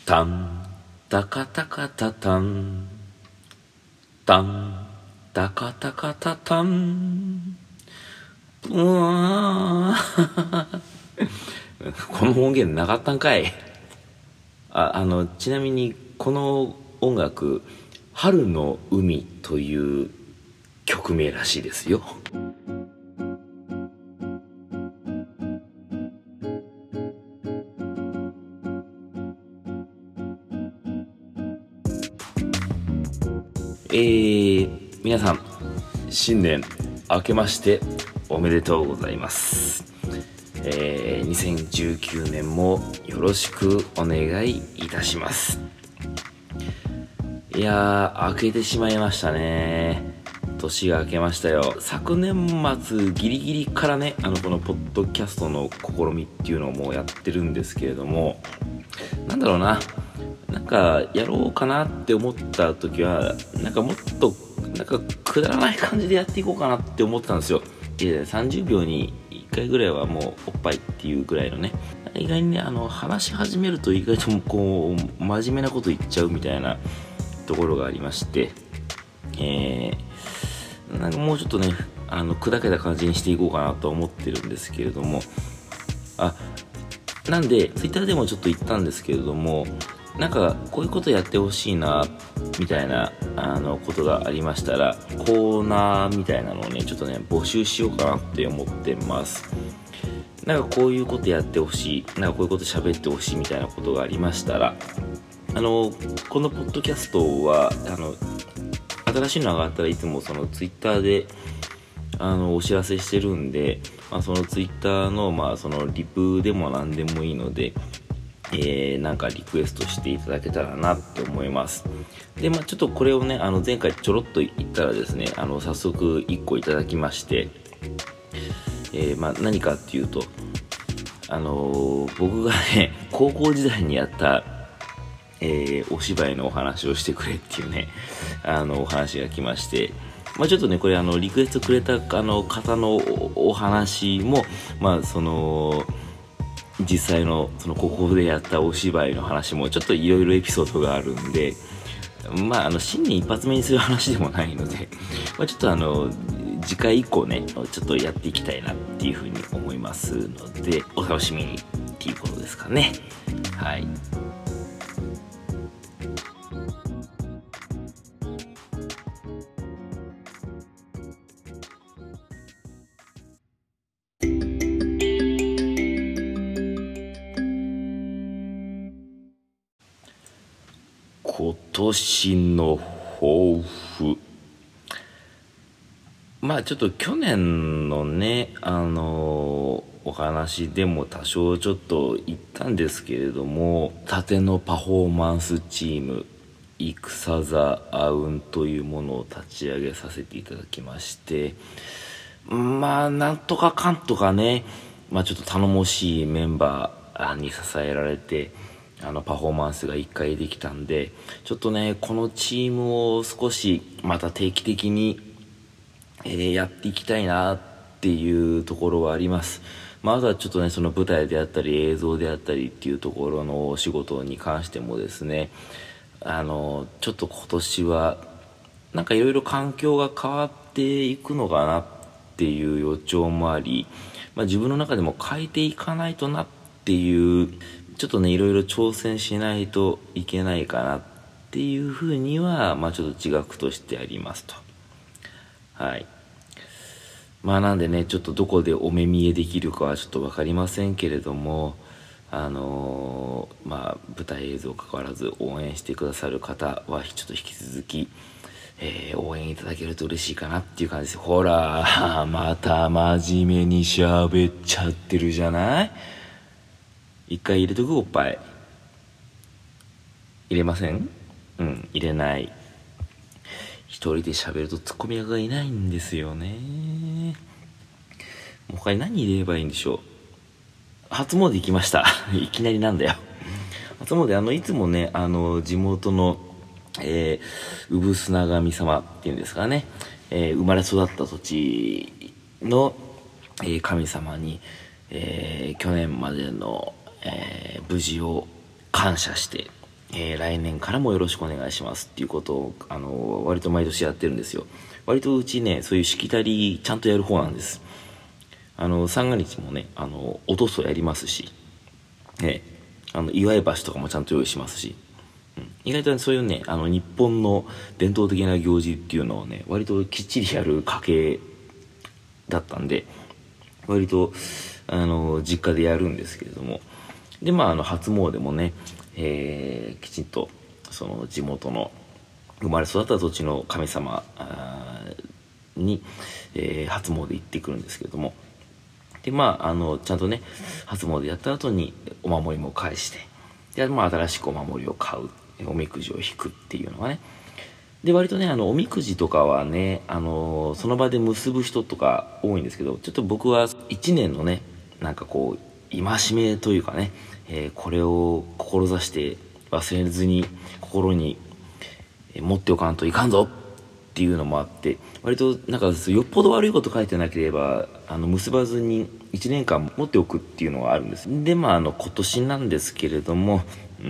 タンタカタカタタンタンタカタカタタンうわこの音源なかったんかい。ちなみにこの音楽「春の海」という曲名らしいですよ。皆さん新年明けましておめでとうございます。2019年もよろしくお願いいたします。いやー、明けてしまいましたね。年が明けましたよ。昨年末ギリギリからね、このポッドキャストの試みっていうのをもうやってるんですけれども、なんだろうな、なんかやろうかなって思った時はなんかもっとなんかくだらない感じでやっていこうかなって思ってたんですよ。30秒に1回ぐらいはもうおっぱいっていうぐらいのね、意外にね話し始めると意外とこう真面目なこと言っちゃうみたいなところがありまして、なんかもうちょっとね砕けた感じにしていこうかなと思ってるんですけれども、なんでツイッターでもちょっと言ったんですけれども、なんかこういうことやってほしいなみたいなことがありましたら、コーナーみたいなのをねちょっとね募集しようかなって思ってます。なんかこういうことやってほしい、なんかこういうこと喋ってほしいみたいなことがありましたら、このポッドキャストは新しいのがあったらいつもそのツイッターでお知らせしてるんで、そのツイッターのそのリプでも何でもいいので、なんかリクエストしていただけたらなって思います。でちょっとこれをね前回ちょろっと言ったらですね早速1個いただきまして、何かっていうと僕がね高校時代にやったお芝居のお話をしてくれっていうねお話が来まして、ちょっとねこれリクエストくれた方のお話もその実際のここでやったお芝居の話もちょっといろいろエピソードがあるんで、新年一発目にする話でもないので、ちょっと次回以降ねちょっとやっていきたいなっていうふうに思いますので、お楽しみにっていうことですかね。はい。今年の抱負、ちょっと去年のねお話でも多少ちょっと言ったんですけれども、盾のパフォーマンスチーム戦座あうんというものを立ち上げさせていただきまして、なんとかかんとかねちょっと頼もしいメンバーに支えられてパフォーマンスが1回できたんで、ちょっとねこのチームを少しまた定期的に、やっていきたいなっていうところはあります。まずはちょっとねその舞台であったり映像であったりっていうところのお仕事に関してもですね、ちょっと今年はなんかいろいろ環境が変わっていくのかなっていう予兆もあり、自分の中でも変えていかないとなっていう、ちょっとねいろいろ挑戦しないといけないかなっていうふうにはちょっと自覚としてありますと。はい。なんでねちょっとどこでお目見えできるかはちょっと分かりませんけれども、舞台映像関わらず応援してくださる方はちょっと引き続き、応援いただけると嬉しいかなっていう感じです。ほらまた真面目に喋っちゃってるじゃない。一回入れとく、おっぱい入れません？入れない。一人で喋るとツッコミ役がいないんですよね。他に何入れればいいんでしょう。初詣行きましたいきなりなんだよ。初詣いつもね地元の産砂神様っていうんですかね、生まれ育った土地の、神様に、去年までの、無事を感謝して来年からもよろしくお願いしますっていうことを割と毎年やってるんですよ。割とうちねそういうしきたりちゃんとやる方なんです。三が日もねおとそやりますし、祝い箸とかもちゃんと用意しますし、意外と、ね、そういうね日本の伝統的な行事っていうのをね割ときっちりやる家系だったんで、割と実家でやるんですけれども、で初詣もね、きちんとその地元の生まれ育った土地の神様に、初詣行ってくるんですけれども、でちゃんとね初詣やった後にお守りも返して、で新しくお守りを買う、おみくじを引くっていうのがね、で割とねおみくじとかはねその場で結ぶ人とか多いんですけど、ちょっと僕は1年のねなんかこう戒めというかね、これを志して忘れずに心に持っておかんといかんぞっていうのもあって、割となんかよっぽど悪いこと書いてなければ結ばずに1年間持っておくっていうのがあるんです。で今年なんですけれども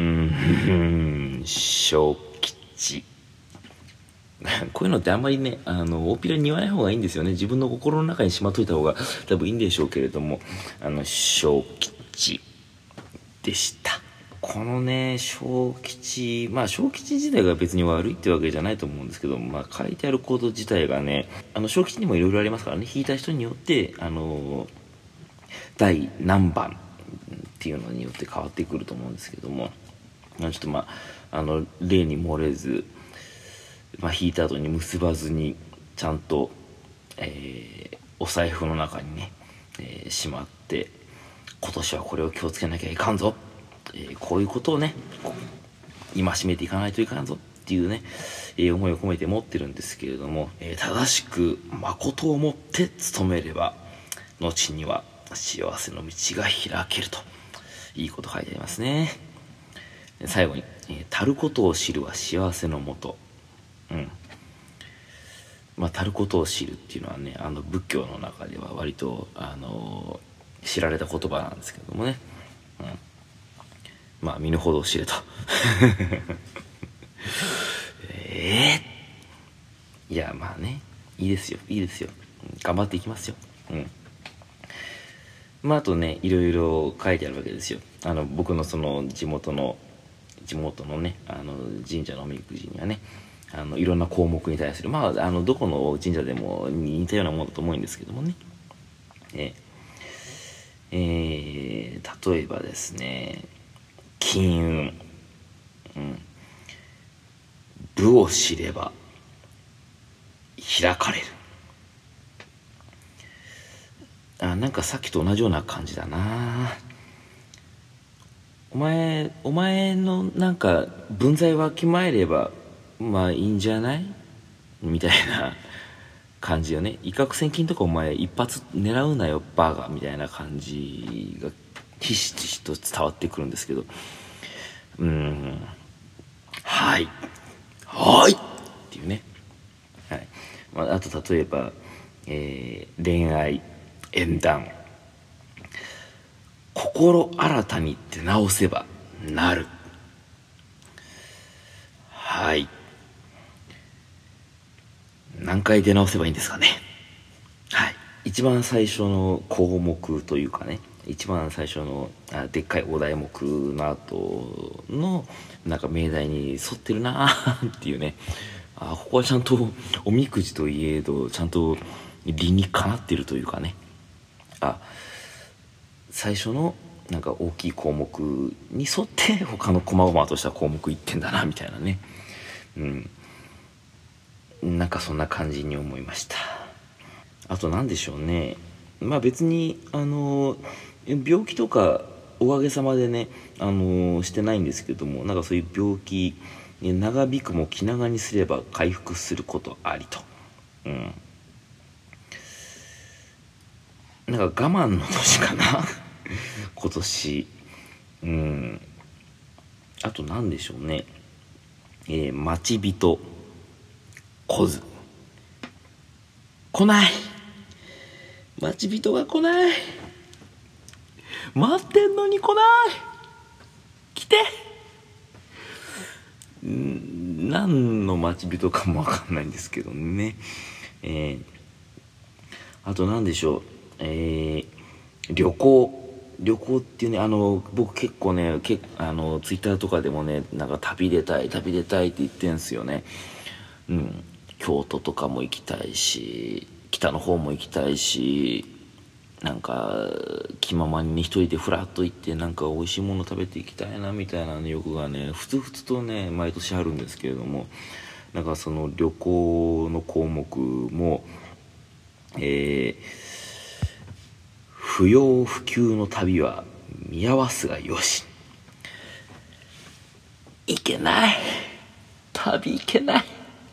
小吉こういうのってあんまりね大っぴらに言わない方がいいんですよね。自分の心の中にしまっといた方が多分いいんでしょうけれども、小吉でした。このね小吉、小吉自体が別に悪いってわけじゃないと思うんですけど、書いてあること自体がね小吉にもいろいろありますからね、引いた人によって第何番っていうのによって変わってくると思うんですけども、ちょっと例に漏れず、引いた後に結ばずにちゃんと、お財布の中にね、しまって、今年はこれを気をつけなきゃいかんぞ、こういうことをね戒めていかないといかんぞっていうね、思いを込めて持ってるんですけれども、正しく誠をもって努めれば後には幸せの道が開けると、いいこと書いてありますね。最後に「足ることを知るは幸せのもと」。足ることを知るっていうのはね仏教の中では割と知られた言葉なんですけどもね、身の程を知れといやいいですよいいですよ、頑張っていきますよ。あとねいろいろ書いてあるわけですよ。僕のその地元のね神社のおみくじにはねいろんな項目に対するどこの神社でも似たようなものだと思うんですけどもね、例えばですね金運、武を知れば開かれる。なんかさっきと同じような感じだな。お前のなんか分際わきまえればいいんじゃないみたいな感じよね。威嚇千金とかお前一発狙うなよバカみたいな感じがひしひしと伝わってくるんですけど、はいっていうね、あと例えば、恋愛縁談、心新たにって直せばなる。何回出直せばいいんですかね。一番最初の項目というかね、一番最初のでっかいお題目の後のなんか命題に沿ってるなっていうね、ここはちゃんとおみくじといえどちゃんと理にかなってるというかね、最初のなんか大きい項目に沿って他の細々とした項目いってんだなみたいなね、なんかそんな感じに思いました。あと何でしょうね、別に病気とかおかげさまでねしてないんですけども、なんかそういう病気長引くも気長にすれば回復することありと、なんか我慢の年かな今年。あと何でしょうね、待ち人来ず、来ない、待ち人が来ない、待ってんのに来ない、来て、 何の待ち人かもわかんないんですけどね。あと何でしょう、旅行っていうね、僕結構ね、ツイッターとかでもね、なんか旅出たいって言ってんすよね。京都とかも行きたいし、北の方も行きたいし、なんか気ままにね、一人でフラッと行ってなんか美味しいもの食べていきたいなみたいな欲がね、ふつふつとね、毎年あるんですけれども、なんかその旅行の項目も、不要不急の旅は見合わすがよし。いけない、旅行けない、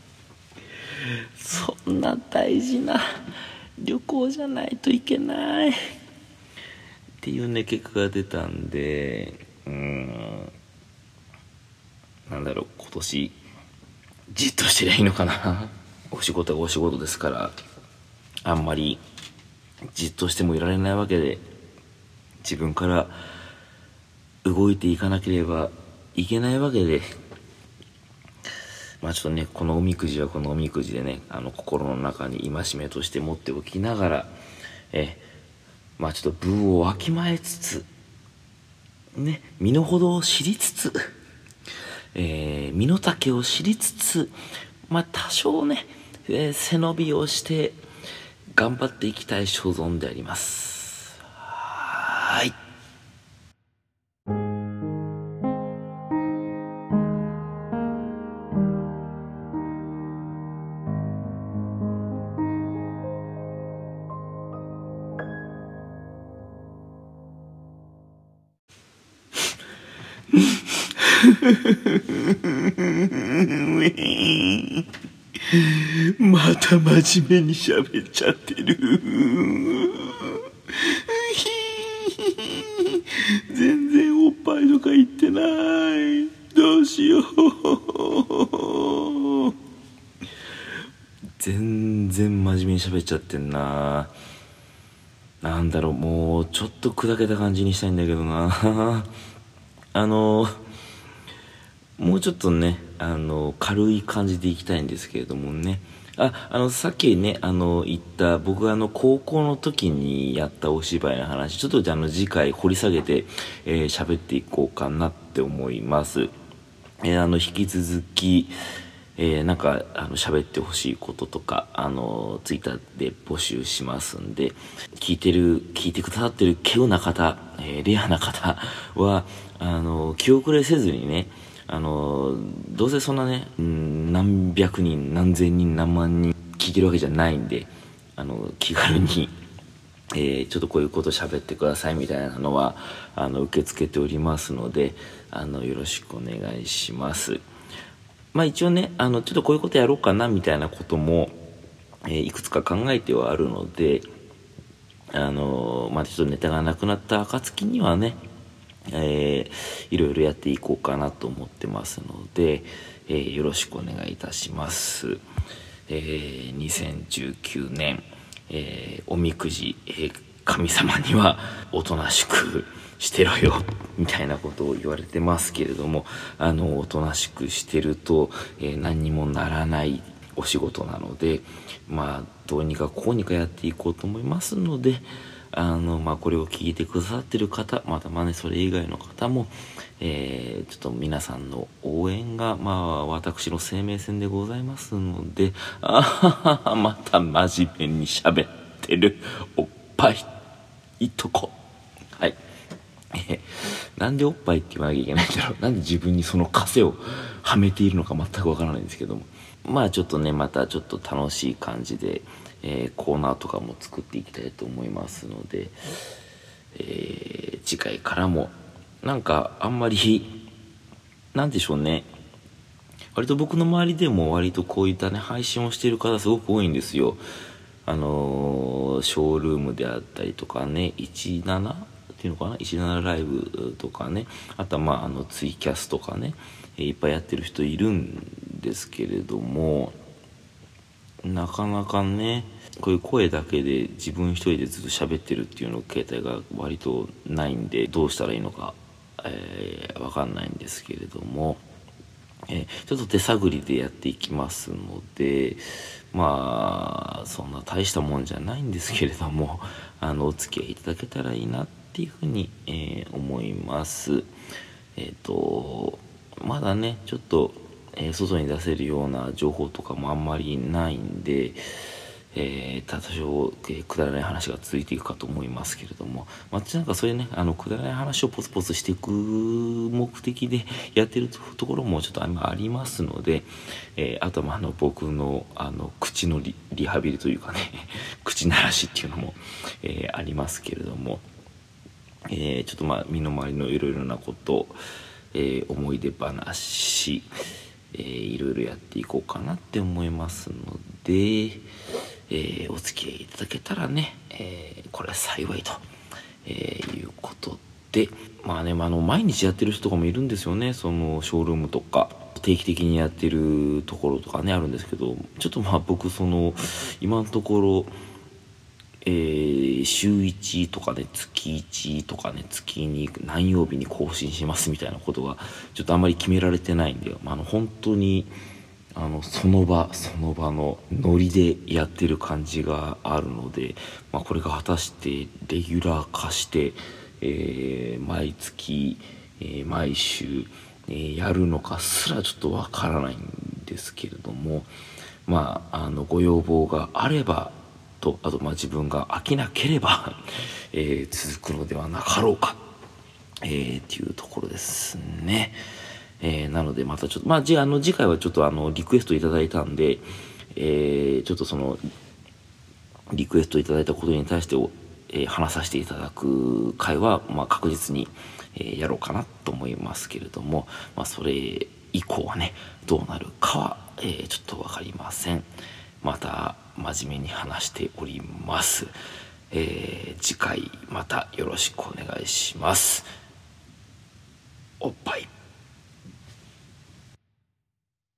そんな大事な旅行じゃないといけないっていうね、結果が出たんで、なんだろう、今年じっとしてりゃいいのかな。お仕事がお仕事ですから、あんまりじっとしてもいられないわけで、自分から動いていかなければいけないわけで、まあちょっとね、このおみくじはこのおみくじでね、心の中に戒めとして持っておきながら、まあちょっと分をわきまえつつ、ね、身の程を知りつつ、身の丈を知りつつ、まあ多少ね、背伸びをして頑張っていきたい所存であります。はい。また真面目に喋っちゃってる。全然おっぱいとか言ってない。どうしよう。全然真面目に喋っちゃってんな。なんだろう、もうちょっと砕けた感じにしたいんだけどな。もうちょっとね、軽い感じでいきたいんですけれどもね。さっきね、言った、僕が高校の時にやったお芝居の話、ちょっと次回掘り下げて、喋っていこうかなって思います。引き続き、なんか、喋ってほしいこととか、ツイッターで募集しますんで、聞いてくださってる稀有な方、レアな方は、気遅れせずにね、どうせそんなね、何百人、何千人、何万人聞いてるわけじゃないんで、気軽に、ちょっとこういうこと喋ってくださいみたいなのは、受け付けておりますので、よろしくお願いします。まあ一応ね、ちょっとこういうことやろうかなみたいなことも、いくつか考えてはあるので、まあちょっとネタがなくなった暁にはね、いろいろやっていこうかなと思ってますので、よろしくお願いいたします。2019年、おみくじ、神様にはおとなしくしてろよみたいなことを言われてますけれども、おとなしくしてると、何にもならないお仕事なので、まあどうにかこうにかやっていこうと思いますので、まあこれを聞いてくださってる方、またまあねそれ以外の方も、ちょっと皆さんの応援がまあ私の生命線でございますので、また真面目に喋ってるおっぱいとこ、はい。なんでおっぱいって言わなきゃいけないんだろう。なんで自分にその枷をはめているのか全くわからないんですけども、まあちょっとね、またちょっと楽しい感じで、コーナーとかも作っていきたいと思いますので、次回からもなんかあんまりなんでしょうね、割と僕の周りでも割とこういったね配信をしている方すごく多いんですよ。ショールームであったりとかね、17っていうのかな、17ライブとかね、あとはまあツイキャスとかね、いっぱいやってる人いるんですけれども、なかなかねこういう声だけで自分一人でずっと喋ってるっていうの形態が割とないんで、どうしたらいいのか、わかんないんですけれども、 ちょっと手探りでやっていきますので、まあそんな大したもんじゃないんですけれども、お付き合いいただけたらいいなっていうふうに、思います。まだねちょっと、外に出せるような情報とかもあんまりないんで、多少、くだらない話が続いていくかと思いますけれども、なんかそういうねくだらない話をポツポツしていく目的でやってるところもちょっとありますので、あとは僕の口のリハビリというかね口慣らしっていうのも、ありますけれども、ちょっと身の回りのいろいろなこと、思い出話、いろいろやっていこうかなって思いますので、お付き合いいただけたらね、これは幸いと、いうことで、毎日やってる人とかもいるんですよね。そのショールームとか定期的にやってるところとかねあるんですけど、ちょっと僕今のところ、週1とかね月1とかね月に何曜日に更新しますみたいなことがちょっとあんまり決められてないんで、本当にその場その場のノリでやってる感じがあるので、これが果たしてレギュラー化して、毎月、毎週、やるのかすらちょっとわからないんですけれども、ご要望があればと、あと自分が飽きなければ、続くのではなかろうか、っていうところですね。なのでまたちょっと次回はちょっとリクエストいただいたんで、ちょっとそのリクエストいただいたことに対して話させていただく回は、確実に、やろうかなと思いますけれども、それ以降はねどうなるかは、ちょっと分かりません。また真面目に話しております。次回またよろしくお願いします。おっぱい。